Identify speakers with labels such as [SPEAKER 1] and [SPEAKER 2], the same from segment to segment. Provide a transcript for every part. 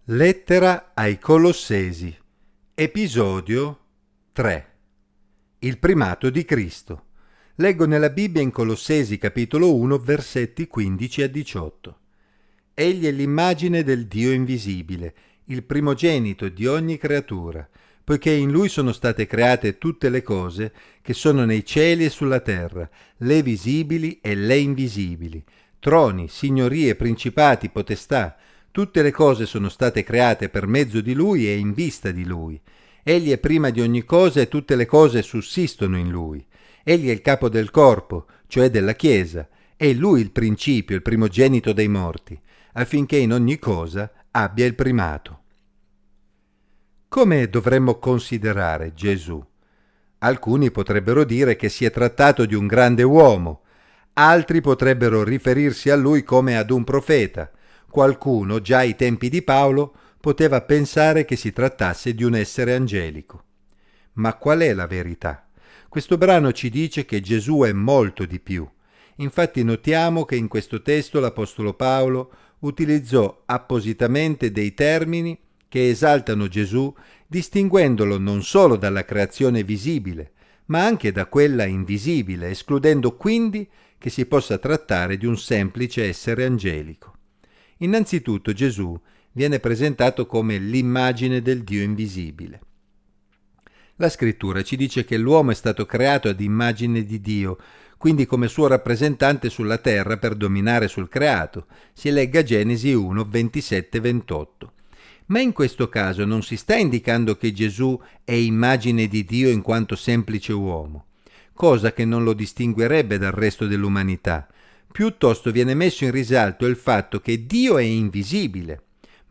[SPEAKER 1] Lettera ai Colossesi, episodio 3. Il primato di Cristo. Leggo nella Bibbia in Colossesi capitolo 1 versetti 15 a 18. Egli è l'immagine del Dio invisibile, il primogenito di ogni creatura, poiché in Lui sono state create tutte le cose che sono nei cieli e sulla terra, le visibili e le invisibili, troni, signorie, principati, potestà. Tutte le cose sono state create per mezzo di Lui e in vista di Lui. Egli è prima di ogni cosa e tutte le cose sussistono in Lui. Egli è il capo del corpo, cioè della Chiesa. È Lui il principio, il primogenito dei morti, affinché in ogni cosa abbia il primato. Come dovremmo considerare Gesù? Alcuni potrebbero dire che si è trattato di un grande uomo, altri potrebbero riferirsi a lui come ad un profeta. Qualcuno, già ai tempi di Paolo, poteva pensare che si trattasse di un essere angelico. Ma qual è la verità? Questo brano ci dice che Gesù è molto di più. Infatti notiamo che in questo testo l'Apostolo Paolo utilizzò appositamente dei termini che esaltano Gesù, distinguendolo non solo dalla creazione visibile, ma anche da quella invisibile, escludendo quindi che si possa trattare di un semplice essere angelico. Innanzitutto Gesù viene presentato come l'immagine del Dio invisibile. La Scrittura ci dice che l'uomo è stato creato ad immagine di Dio, quindi come suo rappresentante sulla terra per dominare sul creato. Si legga Genesi 1, 27-28. Ma in questo caso non si sta indicando che Gesù è immagine di Dio in quanto semplice uomo, cosa che non lo distinguerebbe dal resto dell'umanità. Piuttosto viene messo in risalto il fatto che Dio è invisibile,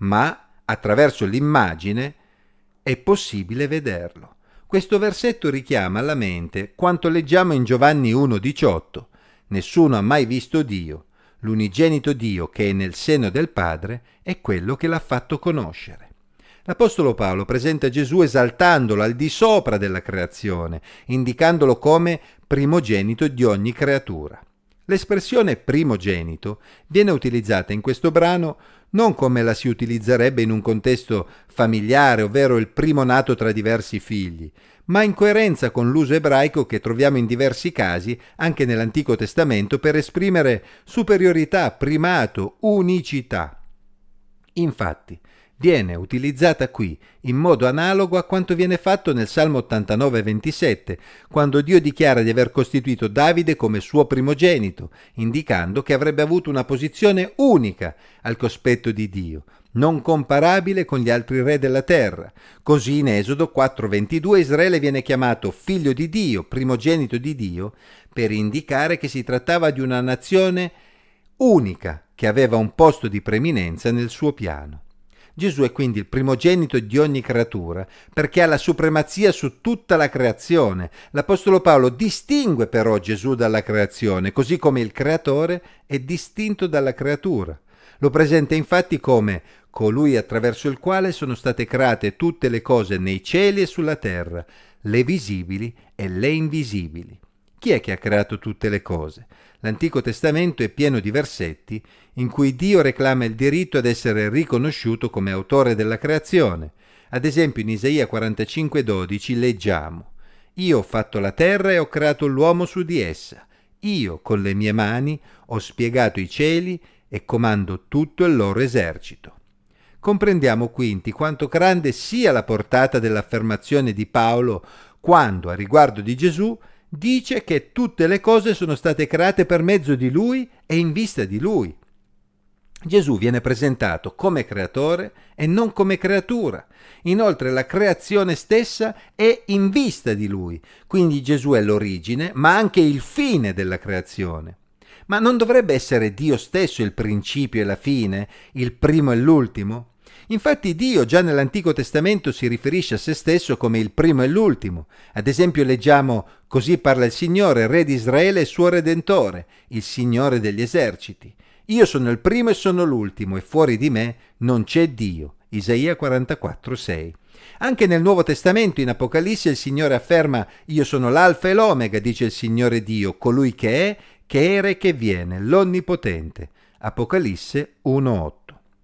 [SPEAKER 1] ma attraverso l'immagine è possibile vederlo. Questo versetto richiama alla mente quanto leggiamo in Giovanni 1,18. Nessuno ha mai visto Dio. L'unigenito Dio che è nel seno del Padre è quello che l'ha fatto conoscere. L'Apostolo Paolo presenta Gesù esaltandolo al di sopra della creazione, indicandolo come primogenito di ogni creatura. L'espressione primogenito viene utilizzata in questo brano non come la si utilizzerebbe in un contesto familiare, ovvero il primo nato tra diversi figli, ma in coerenza con l'uso ebraico che troviamo in diversi casi anche nell'Antico Testamento per esprimere superiorità, primato, unicità. Infatti, viene utilizzata qui in modo analogo a quanto viene fatto nel Salmo 89,27, quando Dio dichiara di aver costituito Davide come suo primogenito, indicando che avrebbe avuto una posizione unica al cospetto di Dio, non comparabile con gli altri re della terra. Così in Esodo 4,22 Israele viene chiamato figlio di Dio, primogenito di Dio, per indicare che si trattava di una nazione unica che aveva un posto di preeminenza nel suo piano. Gesù è quindi il primogenito di ogni creatura perché ha la supremazia su tutta la creazione. L'Apostolo Paolo distingue però Gesù dalla creazione, così come il creatore è distinto dalla creatura. Lo presenta infatti come colui attraverso il quale sono state create tutte le cose nei cieli e sulla terra, le visibili e le invisibili. Chi è che ha creato tutte le cose? L'Antico Testamento è pieno di versetti in cui Dio reclama il diritto ad essere riconosciuto come autore della creazione. Ad esempio in Isaia 45,12 leggiamo: «Io ho fatto la terra e ho creato l'uomo su di essa. Io con le mie mani ho spiegato i cieli e comando tutto il loro esercito». Comprendiamo quindi quanto grande sia la portata dell'affermazione di Paolo quando, a riguardo di Gesù, dice che tutte le cose sono state create per mezzo di Lui e in vista di Lui. Gesù viene presentato come creatore e non come creatura. Inoltre la creazione stessa è in vista di Lui, quindi Gesù è l'origine, ma anche il fine della creazione. Ma non dovrebbe essere Dio stesso il principio e la fine, il primo e l'ultimo? Infatti Dio già nell'Antico Testamento si riferisce a se stesso come il primo e l'ultimo. Ad esempio leggiamo: «Così parla il Signore, Re di Israele e suo Redentore, il Signore degli eserciti. Io sono il primo e sono l'ultimo, e fuori di me non c'è Dio». Isaia 44,6. Anche nel Nuovo Testamento, in Apocalisse, il Signore afferma: «Io sono l'Alfa e l'Omega, dice il Signore Dio, colui che è, che era e che viene, l'Onnipotente». Apocalisse 1,8.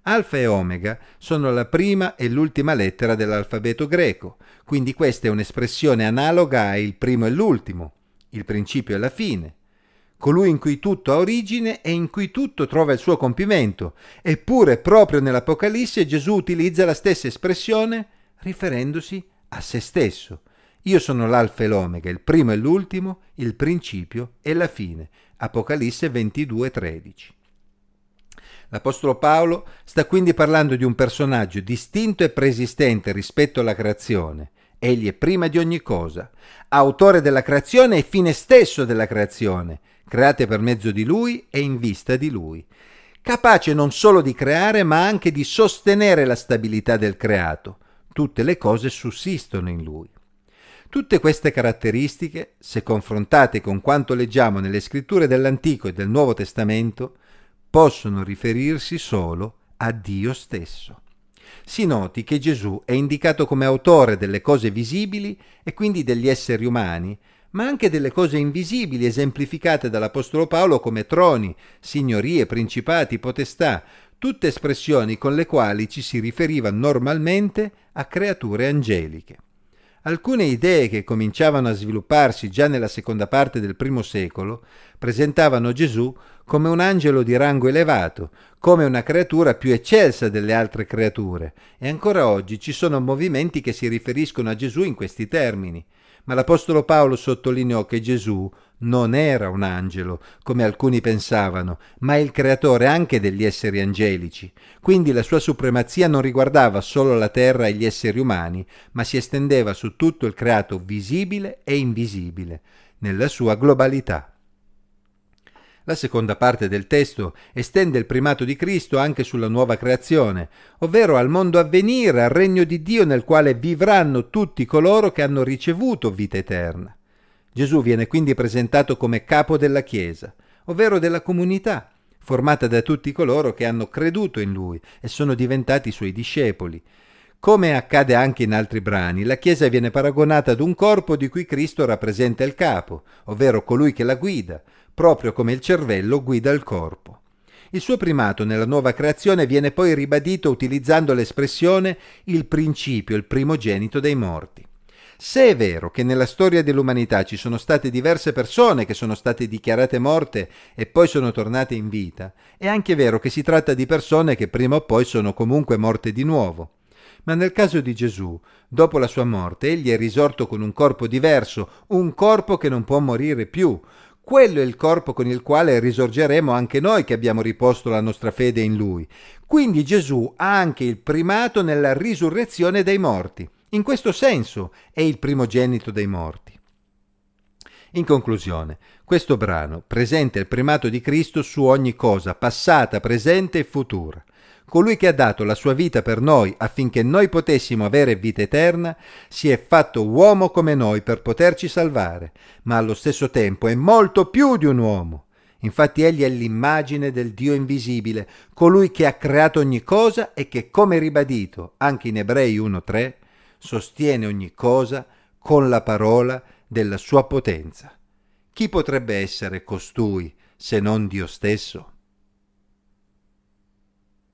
[SPEAKER 1] Alfa e Omega sono la prima e l'ultima lettera dell'alfabeto greco, quindi questa è un'espressione analoga a il primo e l'ultimo, il principio e la fine, colui in cui tutto ha origine e in cui tutto trova il suo compimento. Eppure proprio nell'Apocalisse Gesù utilizza la stessa espressione riferendosi a se stesso. Io sono l'Alfa e l'Omega, il primo e l'ultimo, il principio e la fine. Apocalisse 22:13. L'Apostolo Paolo sta quindi parlando di un personaggio distinto e preesistente rispetto alla creazione. Egli è prima di ogni cosa, autore della creazione e fine stesso della creazione, create per mezzo di Lui e in vista di Lui, capace non solo di creare ma anche di sostenere la stabilità del creato. Tutte le cose sussistono in Lui. Tutte queste caratteristiche, se confrontate con quanto leggiamo nelle scritture dell'Antico e del Nuovo Testamento, possono riferirsi solo a Dio stesso. Si noti che Gesù è indicato come autore delle cose visibili e quindi degli esseri umani, ma anche delle cose invisibili esemplificate dall'Apostolo Paolo come troni, signorie, principati, potestà, tutte espressioni con le quali ci si riferiva normalmente a creature angeliche. Alcune idee che cominciavano a svilupparsi già nella seconda parte del primo secolo presentavano Gesù come un angelo di rango elevato, come una creatura più eccelsa delle altre creature, e ancora oggi ci sono movimenti che si riferiscono a Gesù in questi termini. Ma l'Apostolo Paolo sottolineò che Gesù non era un angelo, come alcuni pensavano, ma il creatore anche degli esseri angelici. Quindi la sua supremazia non riguardava solo la terra e gli esseri umani, ma si estendeva su tutto il creato visibile e invisibile, nella sua globalità. La seconda parte del testo estende il primato di Cristo anche sulla nuova creazione, ovvero al mondo a venire, al regno di Dio nel quale vivranno tutti coloro che hanno ricevuto vita eterna. Gesù viene quindi presentato come capo della Chiesa, ovvero della comunità, formata da tutti coloro che hanno creduto in Lui e sono diventati Suoi discepoli. Come accade anche in altri brani, la Chiesa viene paragonata ad un corpo di cui Cristo rappresenta il capo, ovvero colui che la guida, proprio come il cervello guida il corpo. Il suo primato nella nuova creazione viene poi ribadito utilizzando l'espressione il principio, il primogenito dei morti. Se è vero che nella storia dell'umanità ci sono state diverse persone che sono state dichiarate morte e poi sono tornate in vita, è anche vero che si tratta di persone che prima o poi sono comunque morte di nuovo. Ma nel caso di Gesù, dopo la sua morte, egli è risorto con un corpo diverso, un corpo che non può morire più. Quello è il corpo con il quale risorgeremo anche noi che abbiamo riposto la nostra fede in Lui. Quindi Gesù ha anche il primato nella risurrezione dei morti. In questo senso è il primogenito dei morti. In conclusione, questo brano presenta il primato di Cristo su ogni cosa, passata, presente e futura. Colui che ha dato la sua vita per noi affinché noi potessimo avere vita eterna, si è fatto uomo come noi per poterci salvare, ma allo stesso tempo è molto più di un uomo. Infatti egli è l'immagine del Dio invisibile, colui che ha creato ogni cosa e che, come ribadito anche in Ebrei 1:3, sostiene ogni cosa con la parola della sua potenza. Chi potrebbe essere costui se non Dio stesso?